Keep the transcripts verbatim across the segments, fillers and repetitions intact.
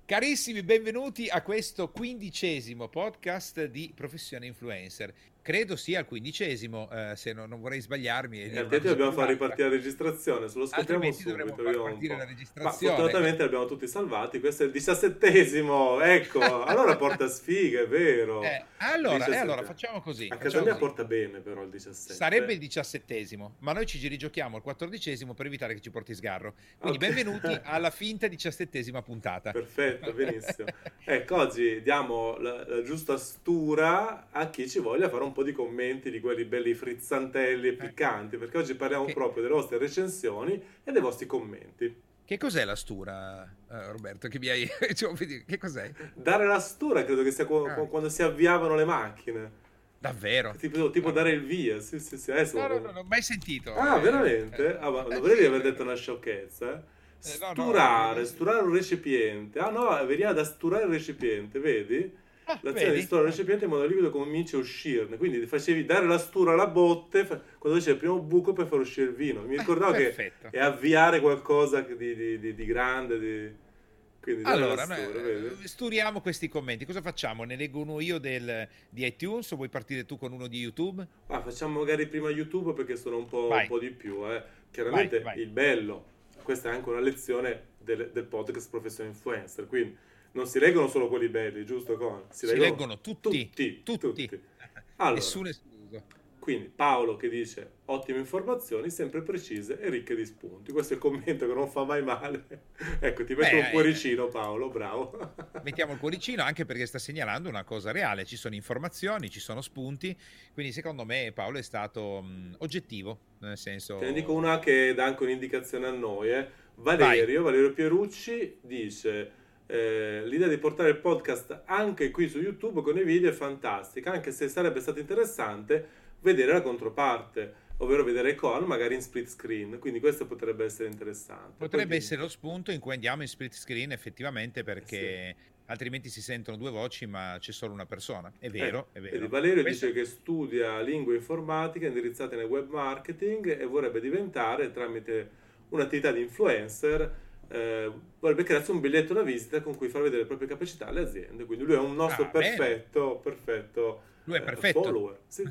Carissimi, benvenuti a questo quindicesimo podcast di Professione Influencer. Credo sia il quindicesimo, eh, se no, non vorrei sbagliarmi. E altrimenti dobbiamo far ripartire la registrazione, se lo scopriamo Altrimenti dovremmo subito. far Io partire un po'. la Ma registrazione. fortunatamente li abbiamo tutti salvati. Questo è il diciassettesimo. Ecco, allora porta sfiga, è vero. Eh, allora, eh, diciassette. allora facciamo così. A casa facciamo mia così. porta bene, però il diciassette. Sarebbe il diciassettesimo, ma noi ci rigiochiamo al quattordicesimo per evitare che ci porti sgarro. Quindi Ok. benvenuti alla finta diciassettesima puntata. Perfetto, benissimo. Ecco, oggi diamo la, la giusta stura a chi ci voglia fare un po' di commenti di quelli belli frizzantelli e piccanti, perché oggi parliamo Che- proprio delle vostre recensioni e dei vostri commenti. Che cos'è la stura, eh, Roberto? Che mi hai... cioè, vedi, che cos'è? Dare la stura credo che sia qu- Ah. qu- quando si avviavano le macchine. Davvero? Tipo, tipo No, dare il via, sì, sì, sì. Adesso no, no, proprio- no, non ho mai sentito. Ah, eh. veramente? Ah, ma Eh, non volevi sì, aver eh. detto una sciocchezza, eh? Eh, no, no, Sturare, eh, sturare un recipiente. Ah no, veniva da sturare il recipiente, vedi? Ah, L'azione vedi? di sturare il recipiente in modo liquido comincia a uscirne. Quindi facevi dare la stura alla botte fa- quando c'è il primo buco per far uscire il vino. Mi ricordavo che Perfetto. è avviare qualcosa di, di- di- di grande, di... quindi dare Allora, la stura, noi, vedi? eh, sturiamo questi commenti. Cosa facciamo? Ne leggo uno io del, di iTunes o vuoi partire tu con uno di YouTube? Ah, facciamo magari prima YouTube perché sono un po', un Vai, po' di più, eh. Chiaramente vai, vai. il bello, questa è anche una lezione del, del podcast Professione Influencer, quindi non si leggono solo quelli belli, giusto Con? Si, Si leggono tutti, tutti, tutti. tutti. Allora, Nessuno escluso. quindi Paolo che dice ottime informazioni, sempre precise e ricche di spunti. Questo è il commento che non fa mai male. Ecco, ti metto Beh, un eh, cuoricino Paolo, bravo. Mettiamo il cuoricino anche perché sta segnalando una cosa reale. Ci sono informazioni, ci sono spunti. Quindi secondo me Paolo è stato mh, oggettivo, nel senso... Te ne dico una che dà anche un'indicazione a noi, eh. Valerio, Valerio Pierucci dice eh, l'idea di portare il podcast anche qui su YouTube con i video è fantastica, anche se sarebbe stato interessante vedere la controparte, ovvero vedere Con magari in split screen, quindi questo potrebbe essere interessante. Potrebbe Poi- essere lo spunto in cui andiamo in split screen effettivamente perché altrimenti si sentono due voci ma c'è solo una persona. È vero, Eh, è vedi, vero. Valerio Questo- dice che studia lingue informatiche indirizzate nel web marketing e vorrebbe diventare tramite un'attività di influencer, eh, vorrebbe crearsi un biglietto da visita con cui far vedere le proprie capacità alle aziende. Quindi lui è un nostro Ah, bene. perfetto, perfetto Lui è eh, perfetto. follower. Sì.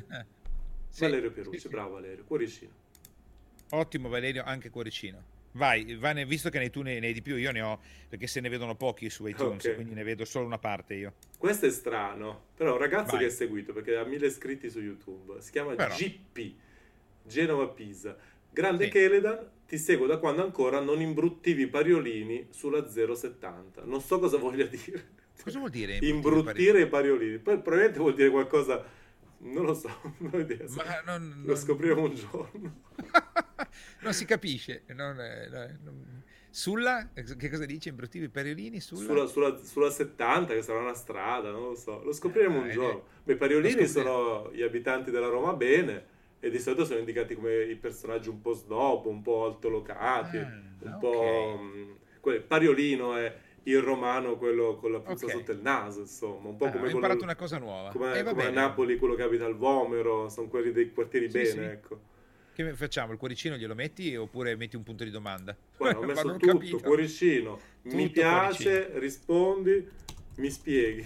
Sì, Valerio Pierucci, sì, sì. bravo Valerio, cuoricino. Ottimo Valerio, anche cuoricino. Vai, vai ne- visto che ne, tu ne, ne hai di più, io ne ho, perché se ne vedono pochi su iTunes, Ok. quindi ne vedo solo una parte io. Questo è strano, però è un ragazzo Vai. che è seguito perché ha mille iscritti su YouTube, si chiama Però. G P, Genova Pisa. Grande Sì. Keledan, ti seguo da quando ancora non imbruttivi i pariolini sulla zero settanta. Non so cosa voglia dire. Cosa vuol dire Imbruttire i pariolini. Poi probabilmente vuol dire qualcosa, non lo so, non ho idea. Ma non, Lo non- scopriremo un giorno. non si capisce. Non, eh, no, non- Sulla, che cosa dice? Imbruttivi i periolini? Sulla? Sulla, sulla, sulla settanta, che sarà una strada, non lo so. Lo scopriremo Ah, un eh, giorno. Beh, i pariolini lo scopriremo. sono gli abitanti della Roma Bene e di solito sono indicati come i personaggi un po' snob, un po' altolocati, Ah, un ok. po'... mh, que- Pariolino è il romano, quello con la puzza Ok. sotto il naso, insomma. Un po' Ah, come, ho quello- imparato una cosa nuova. come, Eh, va come a bene. Napoli quello che abita al Vomero, sono quelli dei quartieri Sì, bene, sì. ecco. Che facciamo? Il cuoricino glielo metti oppure metti un punto di domanda? Guarda, ho Ma messo non ho tutto, capito. cuoricino, mi Tutto piace, rispondi, mi spieghi.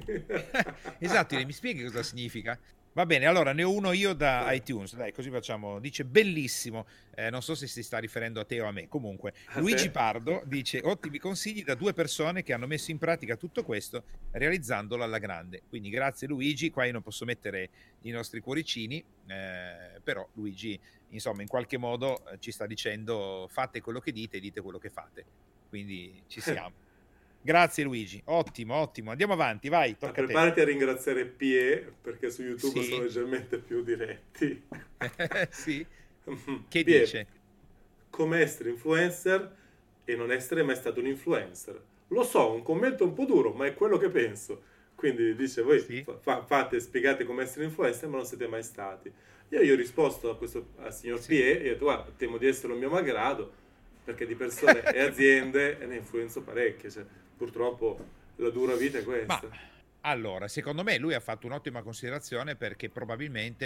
Esatto, mi spieghi cosa significa? Va bene, allora ne ho uno io da Vai. iTunes, dai, così facciamo. Dice bellissimo, eh, non so se si sta riferendo a te o a me. Comunque, A Luigi te? Pardo dice ottimi consigli da due persone che hanno messo in pratica tutto questo realizzandolo alla grande. Quindi grazie Luigi, qua io non posso mettere i nostri cuoricini, eh, però Luigi insomma in qualche modo eh, ci sta dicendo fate quello che dite e dite quello che fate. Quindi ci siamo. Grazie Luigi, ottimo, ottimo. Andiamo avanti, vai, Ma tocca a te. preparati a ringraziare Pie, perché su YouTube Sì. sono leggermente più diretti. Sì. Che Pie, dice? come essere influencer e non essere mai stato un influencer. Lo so, un commento un po' duro, ma è quello che penso. Quindi dice, voi Sì. fa- fate, spiegate come essere influencer, ma non siete mai stati. Io gli ho risposto a questo, al signor Sì. Pie, e ho detto, guarda, temo di essere un mio malgrado, perché di persone e aziende ne influenzo parecchie. Cioè, purtroppo la dura vita è Ma questa. allora, secondo me lui ha fatto un'ottima considerazione perché probabilmente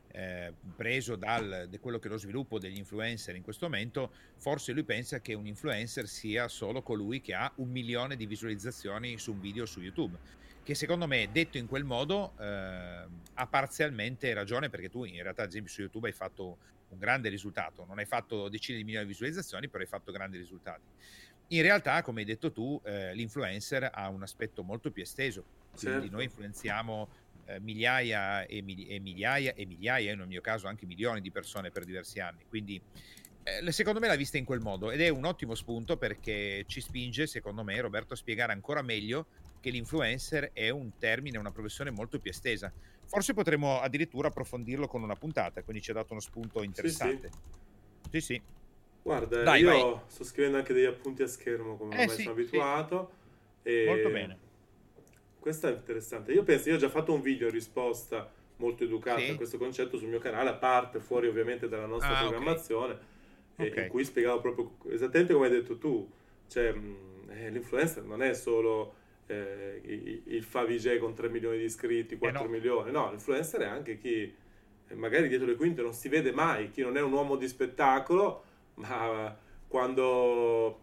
eh, preso dal, da quello che è lo sviluppo degli influencer in questo momento, forse lui pensa che un influencer sia solo colui che ha un milione di visualizzazioni su un video su YouTube, che secondo me, detto in quel modo, eh, ha parzialmente ragione, perché tu in realtà ad esempio su YouTube hai fatto un grande risultato, non hai fatto decine di milioni di visualizzazioni, però hai fatto grandi risultati. In realtà, come hai detto tu, eh, l'influencer ha un aspetto molto più esteso, quindi Certo. noi influenziamo eh, migliaia e, mili- e migliaia e migliaia, nel mio caso anche milioni di persone per diversi anni, quindi eh, secondo me l'ha vista in quel modo ed è un ottimo spunto, perché ci spinge, secondo me, Roberto, a spiegare ancora meglio che l'influencer è un termine, una professione molto più estesa. Forse potremmo addirittura approfondirlo con una puntata, quindi ci ha dato uno spunto Sì, sì. interessante. Sì, sì. Guarda, Dai, vai. io sto scrivendo anche degli appunti a schermo come Eh ormai sì, sono sì, abituato molto e bene. questo è interessante. Io penso, io ho già fatto un video in risposta molto educata a Sì? questo concetto sul mio canale, a parte, fuori ovviamente dalla nostra Ah, ok. programmazione, eh, Ok. in cui spiegavo proprio esattamente come hai detto tu, cioè mh, eh, l'influencer non è solo eh, il, il Favij con tre milioni di iscritti, Eh quattro no, milioni, no, l'influencer è anche chi eh, magari dietro le quinte non si vede mai, chi non è un uomo di spettacolo, ma quando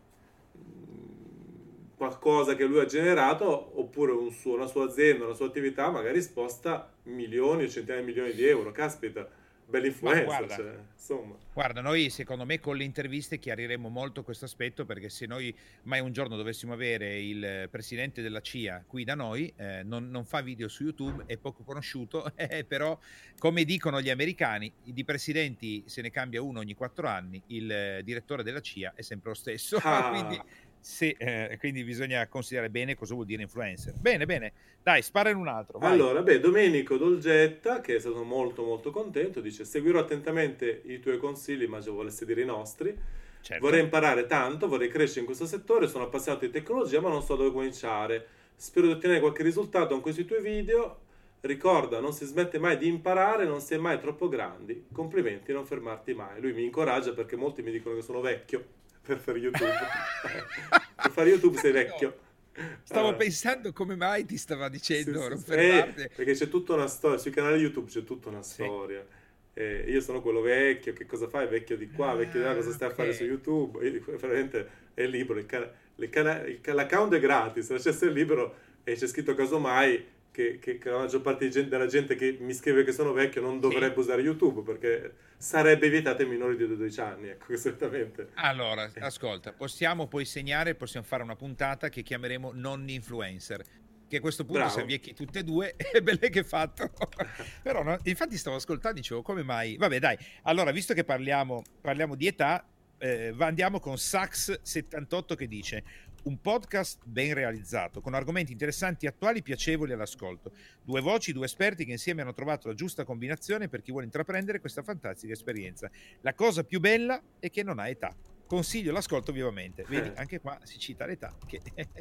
mh, qualcosa che lui ha generato, oppure un suo- una sua azienda, una sua attività, magari sposta milioni o centinaia di milioni di euro. Caspita, ma bell'influencer, guarda, cioè, insomma. Guarda, noi secondo me con le interviste chiariremo molto questo aspetto, perché se noi mai un giorno dovessimo avere il presidente della C I A qui da noi, eh, non, non fa video su YouTube, è poco conosciuto, eh, però come dicono gli americani, di presidenti se ne cambia uno ogni quattro anni, il eh, direttore della C I A è sempre lo stesso, quindi, Ah, se, eh, quindi bisogna considerare bene cosa vuol dire influencer. Bene, bene, dai, spara in un altro, vai. allora, beh, Domenico Dolgetta, che è stato molto molto contento, dice: seguirò attentamente i tuoi consigli, immagino volesse dire i nostri. Vorrei Certo. imparare tanto, vorrei crescere in questo settore, sono appassionato di tecnologia, ma non so dove cominciare. Spero di ottenere qualche risultato con questi tuoi video. Ricorda, non si smette mai di imparare, non si è mai troppo grandi. Complimenti, non fermarti mai. Lui mi incoraggia perché molti mi dicono che sono vecchio per fare YouTube. Per fare YouTube sei No. vecchio. Stavo Ah, pensando come mai ti stava sì, dicendo sì, non sì. Eh, fermarti. perché c'è tutta una storia, sui canali YouTube c'è tutta una Sì. storia. Eh, io sono quello vecchio, che cosa fai? Vecchio di qua, vecchio di là, cosa Ah, stai a fare su ok. YouTube? Io dico, veramente è libero, il cana- il cana- il ca- l'account è gratis, lasciasse libero e c'è scritto casomai che, che, che la maggior parte di gente- della gente che mi scrive che sono vecchio non Sì. dovrebbe usare YouTube perché sarebbe vietato ai minori di dodici anni, ecco, esattamente. Allora, ascolta, possiamo poi segnare, possiamo fare una puntata che chiameremo nonni influencer. Che a questo punto siamo Bravo. vecchi tutte e due, e belle che fatto. Però no, infatti stavo ascoltando, dicevo, come mai? Vabbè, dai. Allora, visto che parliamo, parliamo di età, eh, va- andiamo con Sax settantotto che dice: un podcast ben realizzato, con argomenti interessanti, attuali, piacevoli all'ascolto. Due voci, due esperti che insieme hanno trovato la giusta combinazione per chi vuole intraprendere questa fantastica esperienza. La cosa più bella è che non ha età. Consiglio l'ascolto vivamente. Vedi, Eh. anche qua si cita l'età. Che...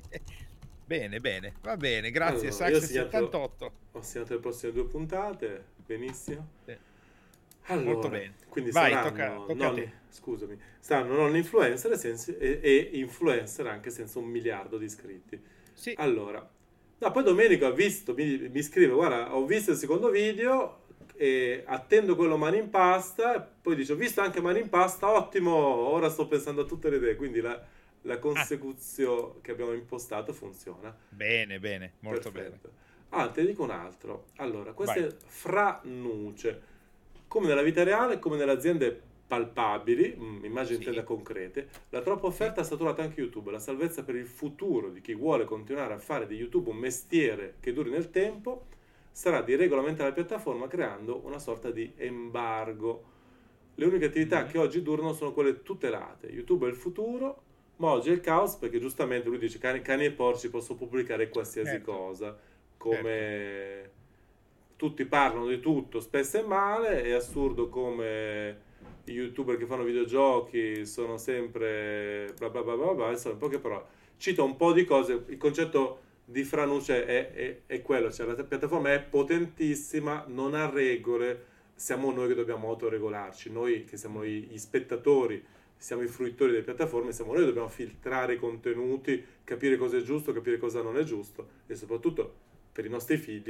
bene, bene, va bene, grazie Allora, io ho Sax segnato, settantotto. ho segnato le prossime due puntate, benissimo. Sì, molto Allora, bene. quindi Vai, tocca, saranno tocca a non, te. scusami, saranno non influencer e, sensi- e- e influencer anche senza un miliardo di iscritti. Sì. Allora, no, poi Domenico ha visto, mi, mi scrive, guarda, ho visto il secondo video e attendo quello mani in pasta, poi dice, ho visto anche mani in pasta, ottimo, ora sto pensando a tutte le idee, quindi la, la Ah, consecuzione che abbiamo impostato funziona. bene, bene, molto bene. Perfetto. Ah, te ne dico un altro. Allora, questo Vai. è Franuce. Come nella vita reale, come nelle aziende palpabili, mm, immagini intenda Sì, concrete, la troppa sì. offerta ha saturato anche YouTube. La salvezza per il futuro di chi vuole continuare a fare di YouTube un mestiere che duri nel tempo sarà di regolamentare la piattaforma creando una sorta di embargo. Le uniche attività Mhm. che oggi durano sono quelle tutelate. YouTube è il futuro, ma oggi è il caos perché giustamente lui dice cani, cani e porci possono pubblicare qualsiasi Certo, cosa, certo. come tutti parlano di tutto, spesso e male, è assurdo come i youtuber che fanno videogiochi sono sempre bla bla bla bla bla, insomma in poche parole. Cito un po' di cose, il concetto di Franuce è, è, è quello, cioè la piattaforma è potentissima, non ha regole, siamo noi che dobbiamo autoregolarci, noi che siamo Mhm. gli spettatori, siamo i fruitori delle piattaforme, siamo noi che dobbiamo filtrare i contenuti, capire cosa è giusto, capire cosa non è giusto e soprattutto per i nostri figli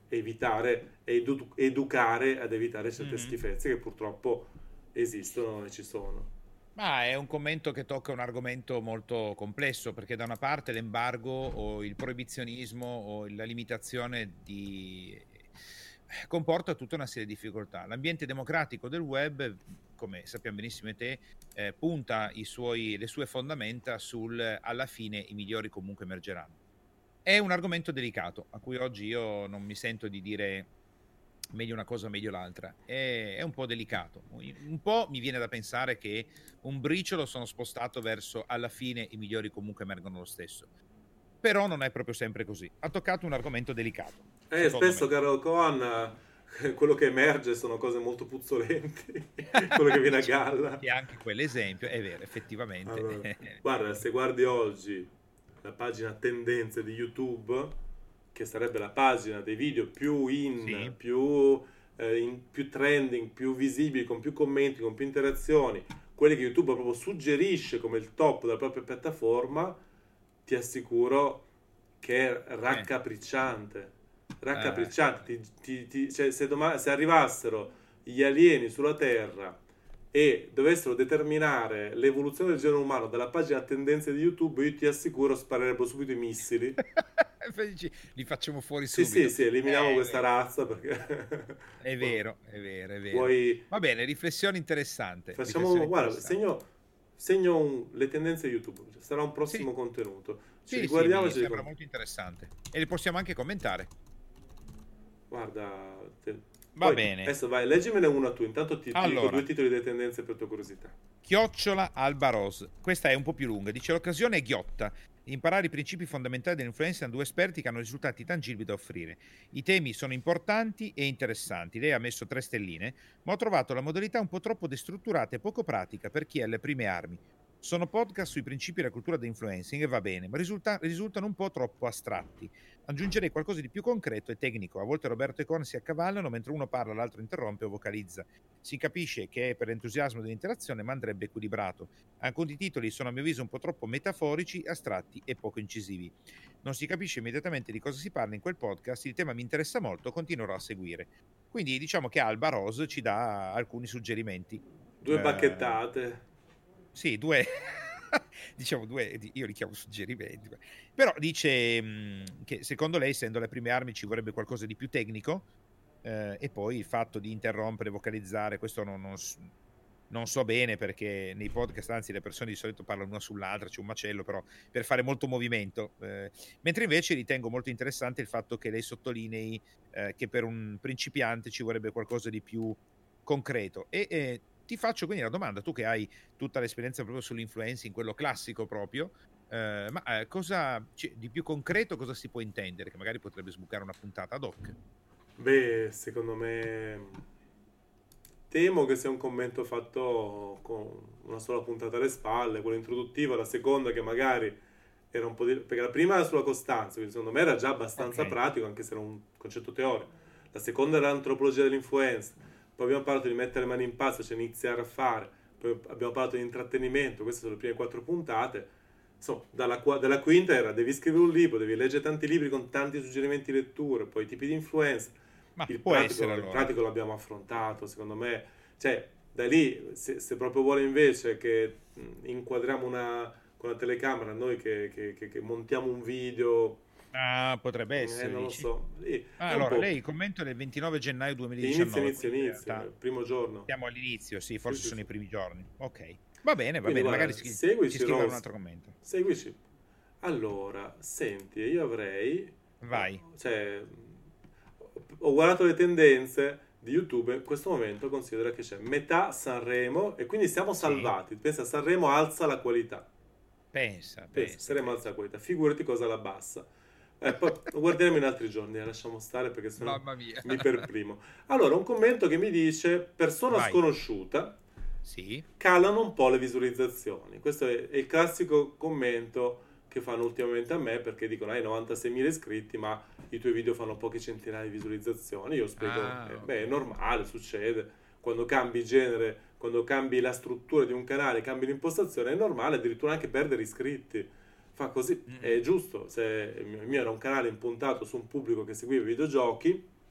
evitare, edu- educare ad evitare certe Mhm. schifezze che purtroppo esistono e ci sono. Ma è un commento che tocca un argomento molto complesso, perché da una parte l'embargo o il proibizionismo o la limitazione di... comporta tutta una serie di difficoltà. L'ambiente democratico del web, come sappiamo benissimo te, eh, punta i suoi, le sue fondamenta sul alla fine i migliori comunque emergeranno. È un argomento delicato, a cui oggi io non mi sento di dire meglio una cosa, meglio l'altra. È, è un po' delicato. Un po' mi viene da pensare che un briciolo sono spostato verso alla fine i migliori comunque emergono lo stesso. Però non è proprio sempre così. Ha toccato un argomento delicato, Eh, secondo spesso, me. caro Coan, eh, quello che emerge sono cose molto puzzolenti, quello che viene a C'è galla. c'è anche quell'esempio, è vero, effettivamente. Allora, guarda, se guardi oggi la pagina tendenze di YouTube, che sarebbe la pagina dei video più in, Sì, più, eh, in- più trending, più visibili, con più commenti, con più interazioni, quelli che YouTube proprio suggerisce come il top della propria piattaforma, ti assicuro che è eh, raccapricciante. eh, Raccapricciante. Ti- ti- ti- cioè, se, doma- se arrivassero gli alieni sulla Terra e dovessero determinare l'evoluzione del genere umano dalla pagina tendenze di YouTube, io ti assicuro sparerebbero subito i missili. poi dici, li facciamo fuori Sì, sì, subito. sì, eliminiamo Eh, è questa vero, razza perché è vero, è vero, è vero. vuoi. Va bene, riflessione interessante, Facciamo, riflessione guarda, interessante. segno, segno un- le tendenze YouTube, sarà un Sì, prossimo contenuto. Ci sì, sì, riguardiamo e mi ci sembra ricom- molto interessante. E li possiamo anche commentare. Guarda, te- Va poi bene. adesso vai, leggimene una tu, intanto ti, ti dico due Allora, titoli delle tendenze per tua curiosità. Chiocciola Alba Rose. Questa è un po' più lunga. Dice l'occasione è ghiotta. Imparare i principi fondamentali dell'influenza da due esperti che hanno risultati tangibili da offrire. I temi sono importanti e interessanti. Lei ha messo tre stelline, ma ho trovato la modalità un po' troppo destrutturata e poco pratica per chi ha le prime armi. Sono podcast sui principi della cultura dell'influencing e va bene, ma risulta- risultano un po' troppo astratti. Aggiungerei qualcosa di più concreto e tecnico. A volte Roberto e Con si accavallano, mentre uno parla, l'altro interrompe o vocalizza. Si capisce che è per l'entusiasmo dell'interazione, ma andrebbe equilibrato. Alcuni titoli sono a mio avviso un po' troppo metaforici, astratti e poco incisivi. Non si capisce immediatamente di cosa si parla in quel podcast, il tema mi interessa molto, continuerò a seguire. Quindi diciamo che Alba Rose ci dà alcuni suggerimenti. Due Eh, bacchettate. sì, due, diciamo due, io li chiamo suggerimenti, però dice mh, che secondo lei, essendo le prime armi, ci vorrebbe qualcosa di più tecnico, eh, e poi il fatto di interrompere, vocalizzare, questo non, non s- non so bene perché nei podcast, anzi, le persone di solito parlano una sull'altra, c'è un macello, però per fare molto movimento. eh. Mentre invece ritengo molto interessante il fatto che lei sottolinei eh, che per un principiante ci vorrebbe qualcosa di più concreto. E eh, ti faccio quindi la domanda, tu che hai tutta l'esperienza proprio sull'influencing, quello classico proprio, eh, ma eh, cosa cioè, di più concreto cosa si può intendere? Che magari potrebbe sbucare una puntata ad hoc. Beh, secondo me temo che sia un commento fatto con una sola puntata alle spalle, quella introduttiva, la seconda che magari era un po' di... perché la prima era sulla costanza, quindi secondo me era già Ok. abbastanza pratico, anche se era un concetto teorico. La seconda era l'antropologia dell'influenza, poi abbiamo parlato di mettere le mani in pasta, cioè iniziare a fare, poi abbiamo parlato di intrattenimento, queste sono le prime quattro puntate. Insomma, dalla, qua- dalla quinta era devi scrivere un libro, devi leggere tanti libri con tanti suggerimenti di lettura, poi i tipi di influenza. Ma Il può essere pratico, il allora. pratico l'abbiamo affrontato, secondo me. Cioè, da lì, se, se proprio vuole invece che mh, inquadriamo una, con la telecamera, noi che, che- che- che montiamo un video, Ah, potrebbe eh, essere, non lo dici? so, lì Ah, è un allora, po'. lei commenta del ventinove gennaio Inizio, duemiladiciannove, inizio, quindi in inizio, realtà il primo giorno. siamo all'inizio, sì, Sì, forse sì, sono i sì. primi giorni. Ok, va bene, va Quindi bene, magari guarda, si, si seguici, scriverà un Rose, altro commento. seguici. Allora, senti, io avrei, Vai. cioè, ho guardato le tendenze di YouTube, in questo momento considera che c'è metà Sanremo e quindi siamo Sì, salvati. Pensa, Sanremo alza la qualità. pensa, Pensa, pensa, Sanremo alza pensa. la qualità, figurati cosa la bassa. Eh, poi lo guarderemo in altri giorni, eh, lasciamo stare perché sennò Mamma mia. mi perprimo. Allora, un commento che mi dice, persona Vai. sconosciuta, Sì. calano un po' le visualizzazioni. Questo è, è il classico commento che fanno ultimamente a me perché dicono hai novantaseimila iscritti ma i tuoi video fanno poche centinaia di visualizzazioni. Io spiego, Ah, eh, beh, è ok. normale, succede. Quando cambi genere, quando cambi la struttura di un canale, cambi l'impostazione, è normale addirittura anche perdere iscritti. Fa così, Mm, è giusto. Se il mio il mio era un canale impuntato su un pubblico che seguiva i videogiochi,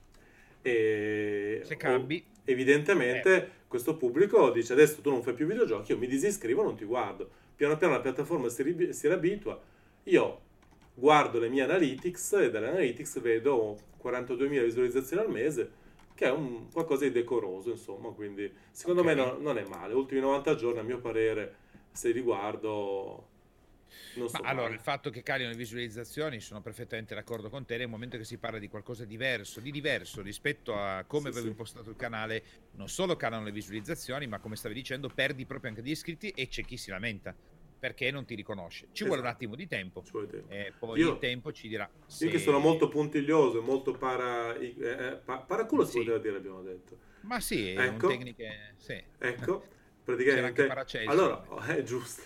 E se cambi, evidentemente eh. questo pubblico dice: adesso tu non fai più videogiochi, io mi disiscrivo, non ti guardo. Piano piano la piattaforma si, ri- si riabitua. Io guardo le mie analytics e dalle analytics vedo quarantaduemila visualizzazioni al mese, che è un qualcosa di decoroso, insomma, quindi secondo Okay. me no- non è male. Ultimi novanta giorni, a mio parere, se li guardo, non Ma so allora, male. il fatto che calino le visualizzazioni, sono perfettamente d'accordo con te, nel momento che si parla di qualcosa diverso, di diverso rispetto a come Sì, avevo sì. impostato il canale, non solo calano le visualizzazioni, ma come stavi dicendo, perdi proprio anche gli iscritti e c'è chi si lamenta perché non ti riconosce. Ci vuole un Esatto, attimo di tempo, ci vuole tempo. e poi il Io, tempo ci dirà io che sono se... molto puntiglioso e molto para, eh, eh, pa- paraculo si Sì, poteva dire, abbiamo detto. ma sì, è un Ecco, tecnico, sì. ecco, C'era anche praticamente, Paracelso, allora, vabbè. oh, è giusto.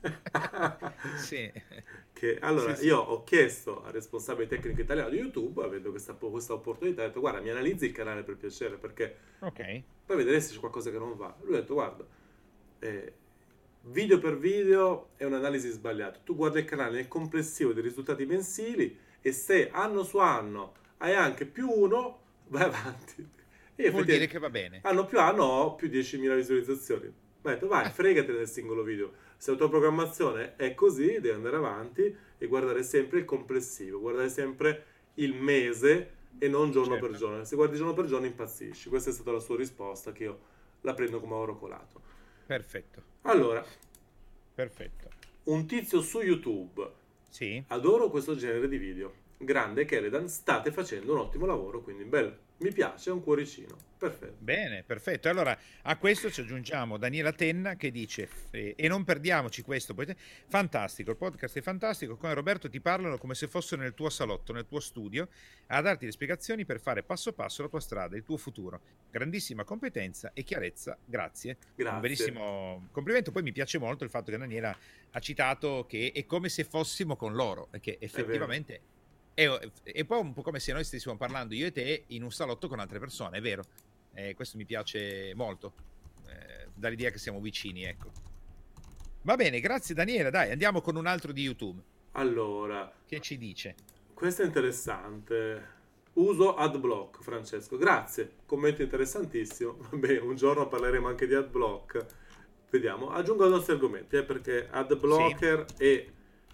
Sì, Che, sì, allora, sì, io ho chiesto al responsabile tecnico italiano di YouTube, avendo questa, questa opportunità, ho detto: guarda, mi analizzi il canale per piacere, perché ok, poi vedere se c'è qualcosa che non va. Lui ha detto: guarda, eh, video per video è un'analisi sbagliata. Tu guardi il canale nel complessivo dei risultati mensili e se anno su anno hai anche più uno, vai avanti. E io vuol dire effettivamente che va bene. anno più anno ho più diecimila visualizzazioni. Ho detto: vai, fregatene del singolo video. Se la tua programmazione è così, devi andare avanti e guardare sempre il complessivo, guardare sempre il mese e non giorno per Certo, giorno. Se guardi giorno per giorno impazzisci. Questa è stata la sua risposta, che io la prendo come oro colato. perfetto, Allora, perfetto. un tizio su YouTube. Sì. Adoro questo genere di video. Grande Keledan, state facendo un ottimo lavoro, quindi bello. Mi piace, è un cuoricino. Perfetto. Bene, perfetto. Allora a questo ci aggiungiamo Daniela Tenna che dice, eh, e non perdiamoci questo, poi te- fantastico, il podcast è fantastico, come Roberto ti parlano come se fossero nel tuo salotto, nel tuo studio, a darti le spiegazioni per fare passo passo la tua strada, il tuo futuro. Grandissima competenza e chiarezza, grazie. Un Grazie. bellissimo complimento. Poi mi piace molto il fatto che Daniela ha citato che è come se fossimo con loro, e che È vero. effettivamente è, è poi un po' come se noi stessimo parlando io e te in un salotto con altre persone, è vero. Eh, questo mi piace molto, eh, dall'idea che siamo vicini, ecco. Va bene, grazie Daniela, dai, andiamo con un altro di YouTube. Allora, Che ci dice? questo è interessante. Uso AdBlock, Francesco. Grazie. Commento interessantissimo. Vabbè, un giorno parleremo anche di AdBlock. Vediamo. Aggiungo ai nostri argomenti, eh, perché Sì, AdBlocker e,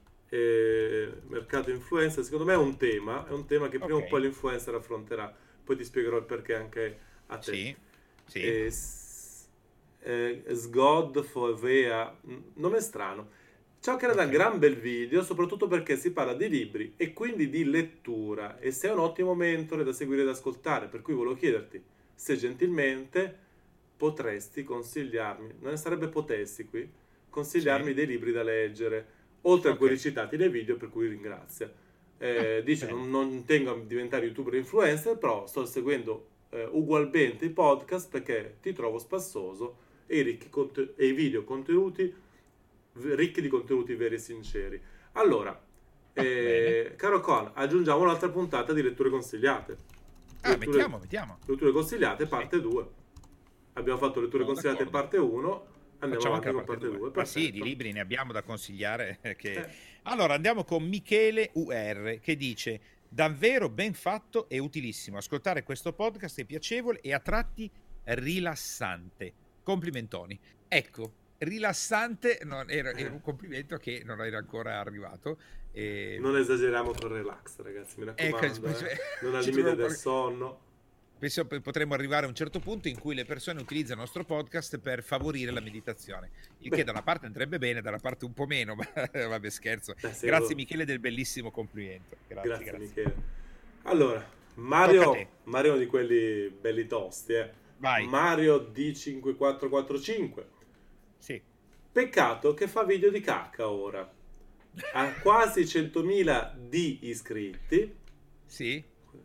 e mercato influencer, secondo me è un tema. È un tema che prima o poi ok, l'influencer affronterà. Poi ti spiegherò il perché anche a te. sì, sì, E, s- eh, Sgod Foevea, nome strano. Ciao che era un ok, gran bel video, soprattutto perché si parla di libri e quindi di lettura e sei un ottimo mentore da seguire ed ascoltare, per cui volevo chiederti se gentilmente potresti consigliarmi, non ne sarebbe potessi qui, sì, consigliarmi dei libri da leggere, oltre a ok. quelli citati nei video, per cui ringrazia. Ah, Eh, dice: bene, non, non tengo a diventare youtuber influencer, però sto seguendo eh, ugualmente i podcast perché ti trovo spassoso e i, ricchi conte- e i video contenuti v- ricchi di contenuti veri e sinceri. Allora, ah, bene. eh, caro Con, aggiungiamo un'altra puntata di letture consigliate. Ah, Letture, mettiamo, mettiamo. letture consigliate, Sì, parte due. Abbiamo fatto letture sono consigliate d'accordo. parte uno, andiamo Facciamo anche avanti la con parte parte due. due. Ma sì, di Perfetto. libri ne abbiamo da consigliare. Che... Eh, Allora, andiamo con Michele U R che dice: davvero ben fatto e utilissimo. Ascoltare questo podcast è piacevole e a tratti rilassante. Complimentoni. Ecco, rilassante non era, era un complimento che non era ancora arrivato. E... non esageriamo con relax, ragazzi, mi Ecco, raccomando, eh. Non al ci limite troviamo del qualche- sonno. penso che potremmo arrivare a un certo punto in cui le persone utilizzano il nostro podcast per favorire la meditazione, il che Beh, da una parte andrebbe bene, dalla parte un po' meno, ma vabbè, scherzo. beh, se Grazie io- Michele del bellissimo complimento. Grazie, Grazie grazie. Michele. Allora, Tocca a Mario, te. Mario di quelli belli tosti, eh. Vai. Mario D cinque quattro quattro cinque. Sì. Peccato che fa video di cacca ora. Ha quasi centomila di iscritti, Sì.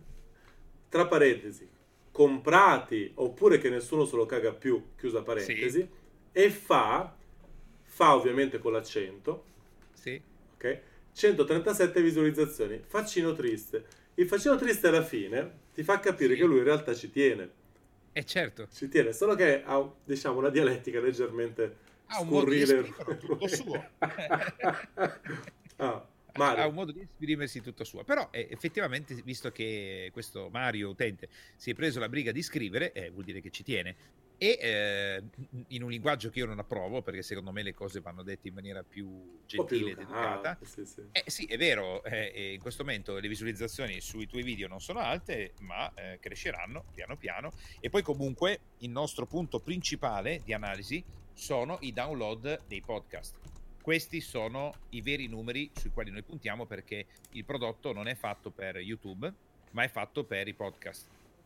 tra parentesi, comprati oppure che nessuno se lo caga più, chiusa Sì. parentesi, e fa, fa ovviamente con l'accento, Sì. ok? centotrentasette visualizzazioni. Faccino triste. Il faccino triste alla fine ti fa capire che Sì. lui in realtà ci tiene. E certo. Ci tiene, solo che ha, diciamo, una dialettica leggermente Ha un modo di scurrile. esprimerlo tutto suo. Ah, ha un modo di esprimersi tutto suo, però eh, effettivamente, visto che questo Mario utente si è preso la briga di scrivere, eh, vuol dire che ci tiene, e eh, in un linguaggio che io non approvo, perché secondo me le cose vanno dette in maniera più gentile ed educata. Sì, sì. Eh, sì, è vero, eh, in questo momento le visualizzazioni sui tuoi video non sono alte, ma eh, cresceranno piano piano, e poi comunque il nostro punto principale di analisi sono i download dei podcast. Questi sono i veri numeri sui quali noi puntiamo, perché il prodotto non è fatto per YouTube, ma è fatto per i podcast.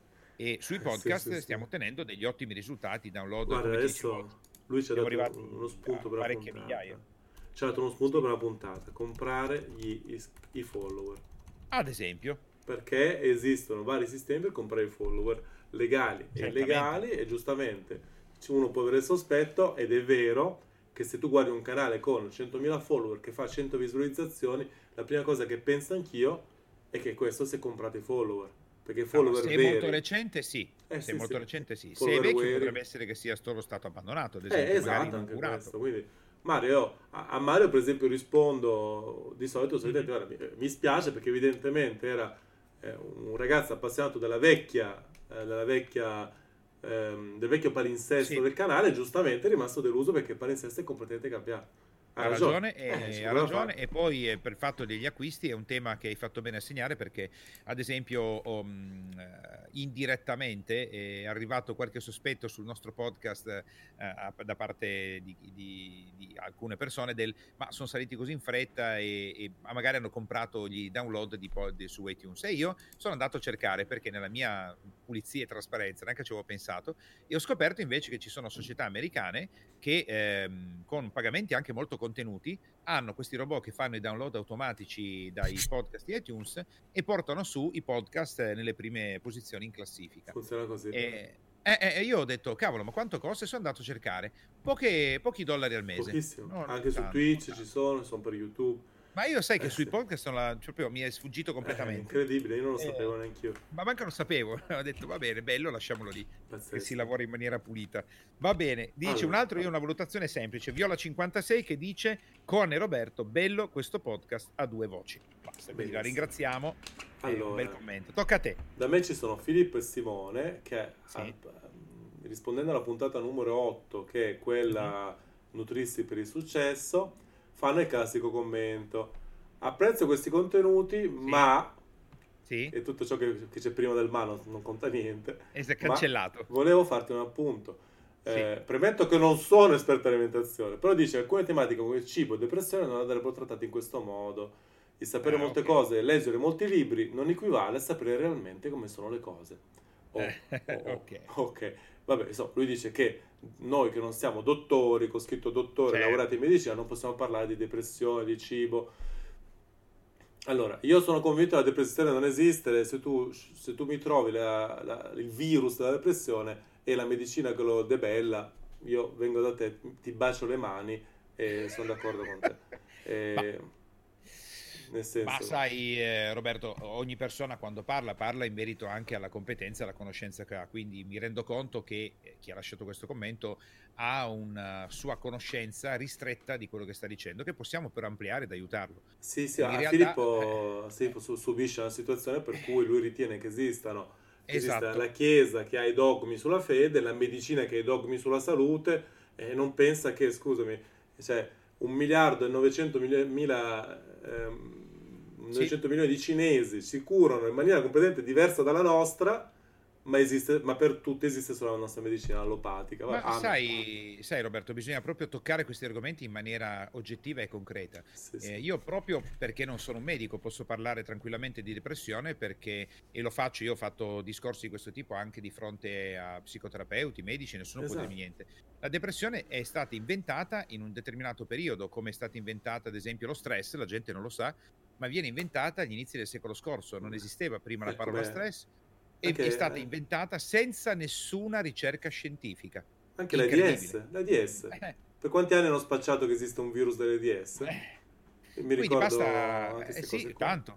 E sui podcast sì, sì, stiamo sì. ottenendo degli ottimi risultati, download. Guarda, come adesso lui ci ha dato uno spunto per la puntata. Migliaia. Ci ha dato uno spunto sì. per la puntata: comprare gli, i, i follower. Ad esempio. Perché esistono vari sistemi per comprare i follower, legali e illegali, e giustamente uno può avere il sospetto, ed è vero, che se tu guardi un canale con centomila follower che fa cento visualizzazioni, la prima cosa che penso anch'io è che questo si è comprato i follower. Perché follower no, se veri... è molto recente sì, eh, se sì, è molto sì. recente sì, follower se è vecchio veri... potrebbe essere che sia solo stato abbandonato, ad esempio, eh, esatto, anche questo. Quindi Mario, a, a Mario per esempio rispondo di solito, solitamente, mm-hmm. guarda, mi, mi spiace perché evidentemente era eh, un ragazzo appassionato della vecchia, eh, della vecchia ehm, del vecchio palinsesto sì. del canale, giustamente è rimasto deluso perché il palinsesto è completamente cambiato. Ha ragione, ragione, eh, ha ragione e poi eh, per il fatto degli acquisti è un tema che hai fatto bene a segnare, perché ad esempio um, indirettamente è arrivato qualche sospetto sul nostro podcast uh, da parte di, di, di alcune persone del ma sono saliti così in fretta e, e magari hanno comprato gli download di pod su iTunes, e io sono andato a cercare, perché nella mia pulizia e trasparenza neanche ci avevo pensato, e ho scoperto invece che ci sono società americane che ehm, con pagamenti anche molto contenuti hanno questi robot che fanno i download automatici dai podcast di iTunes e portano su i podcast nelle prime posizioni in classifica. Funziona così. E, e, e io ho detto cavolo, ma quanto costa? E sono andato a cercare poche, pochi dollari al mese. Pochissimo. No, anche su tanto, Twitch ci sono, sono per YouTube. Ma io sai che eh, sui sì. podcast sono la, proprio, mi è sfuggito completamente. È incredibile, io non lo eh, sapevo neanche io. Ma manca non sapevo, ho detto va bene, bello, lasciamolo lì, Pazzesco. che si lavora in maniera pulita. Va bene, dice allora. Un altro, io ho una valutazione semplice, Viola cinquantasei che dice con e Roberto, bello questo podcast a due voci. Basta, quindi la ringraziamo. Allora, un bel commento. Tocca a te. Da me ci sono Filippo e Simone che sì. a, rispondendo alla puntata numero otto, che è quella mm-hmm. Nutristi per il successo, fanno il classico commento: apprezzo questi contenuti, sì. ma sì. e tutto ciò che, che c'è prima del ma non, non conta niente. E si è cancellato. Volevo farti un appunto. Sì. Eh, premetto che non sono esperto in alimentazione, però dice alcune tematiche come il cibo e depressione non andrebbero trattate in questo modo. Il sapere ah, molte okay. cose e leggere molti libri non equivale a sapere realmente come sono le cose. Oh, eh, oh, oh, ok. Ok. Vabbè, so, lui dice che noi che non siamo dottori, con scritto dottore, certo. lavorati in medicina, non possiamo parlare di depressione, di cibo. Allora, io sono convinto che la depressione non esiste. Se tu, se tu mi trovi la, la, il virus della depressione e la medicina che lo debella, io vengo da te, ti bacio le mani e sono d'accordo con te. E, ma, nel senso... ma sai eh, Roberto, ogni persona quando parla parla in merito anche alla competenza e alla conoscenza che ha, quindi mi rendo conto che eh, chi ha lasciato questo commento ha una sua conoscenza ristretta di quello che sta dicendo, che possiamo però ampliare ed aiutarlo. Sì, sì, realtà, Filippo, eh, Filippo subisce una situazione per cui lui ritiene che esistano che esatto. esista la Chiesa che ha i dogmi sulla fede, la medicina che ha i dogmi sulla salute, e non pensa che, scusami, cioè un miliardo e novecento mila ehm, novecento milioni di cinesi si curano in maniera completamente diversa dalla nostra, ma esiste, ma per tutti esiste solo la nostra medicina allopatica. Ma ah, sai, sai Roberto, bisogna proprio toccare questi argomenti in maniera oggettiva e concreta. Sì, sì. Eh, io proprio perché non sono un medico posso parlare tranquillamente di depressione, perché, e lo faccio, io ho fatto discorsi di questo tipo anche di fronte a psicoterapeuti, medici, nessuno esatto. può dirmi niente. La depressione è stata inventata in un determinato periodo, come è stata inventata ad esempio lo stress, la gente non lo sa, ma viene inventata agli inizi del secolo scorso, non esisteva prima la ecco parola beh. stress. È, Anche, è stata inventata senza nessuna ricerca scientifica. Anche l'AIDS, l'AIDS. Eh. Per quanti anni hanno spacciato che esiste un virus dell'AIDS? Eh. Mi ricordo basta, anche eh sì, tanto.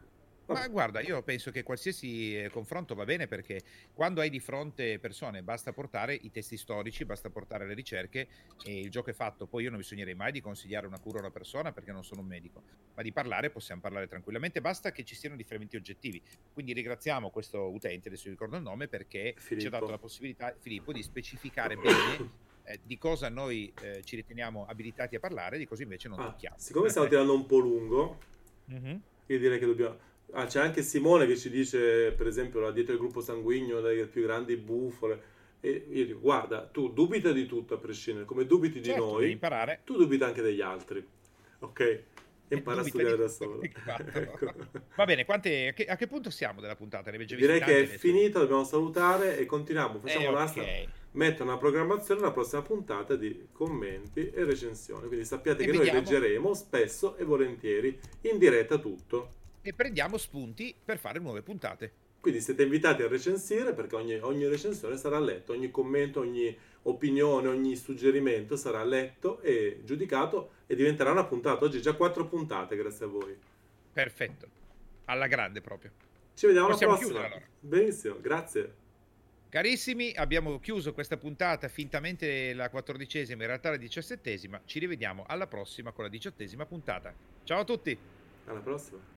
Ma guarda, io penso che qualsiasi eh, confronto va bene, perché quando hai di fronte persone basta portare i testi storici, basta portare le ricerche e il gioco è fatto. Poi io non mi sognerei mai di consigliare una cura a una persona perché non sono un medico, ma di parlare possiamo parlare tranquillamente, basta che ci siano riferimenti oggettivi. Quindi ringraziamo questo utente, adesso ricordo il nome, perché Filippo. ci ha dato la possibilità, Filippo, di specificare bene eh, di cosa noi eh, ci riteniamo abilitati a parlare, di cosa invece non Ah, tocchiamo. siccome stiamo tirando un po' lungo, Mhm. io direi che dobbiamo... Ah, c'è anche Simone che ci dice, per esempio, là dietro il gruppo sanguigno, dai più grandi bufole. E io dico, guarda, tu dubita di tutto a prescindere, come dubiti di Certo, devi noi, imparare. tu dubita anche degli altri, ok? E Eh, impara a dubita studiare di da tutto, solo. che fatto. Ecco. Va bene, quante, a, che, a che punto siamo della puntata? Ne abbiamo già visti Direi che tanti è adesso. finita, dobbiamo salutare e continuiamo. Facciamo Eh, un'asta, ok. metto una programmazione alla prossima puntata di commenti e recensioni. Quindi sappiate E che noi vediamo, leggeremo spesso e volentieri in diretta tutto. e prendiamo spunti per fare nuove puntate. Quindi siete invitati a recensire, perché ogni, ogni recensione sarà letto, ogni commento, ogni opinione, ogni suggerimento sarà letto e giudicato e diventerà una puntata. Oggi già quattro puntate, grazie a voi. Perfetto, alla grande proprio. Ci vediamo Possiamo alla prossima. chiudere allora. Benissimo, grazie. Carissimi, abbiamo chiuso questa puntata, fintamente la quattordicesima, in realtà la diciassettesima. Ci rivediamo alla prossima con la diciottesima puntata. Ciao a tutti! Alla prossima.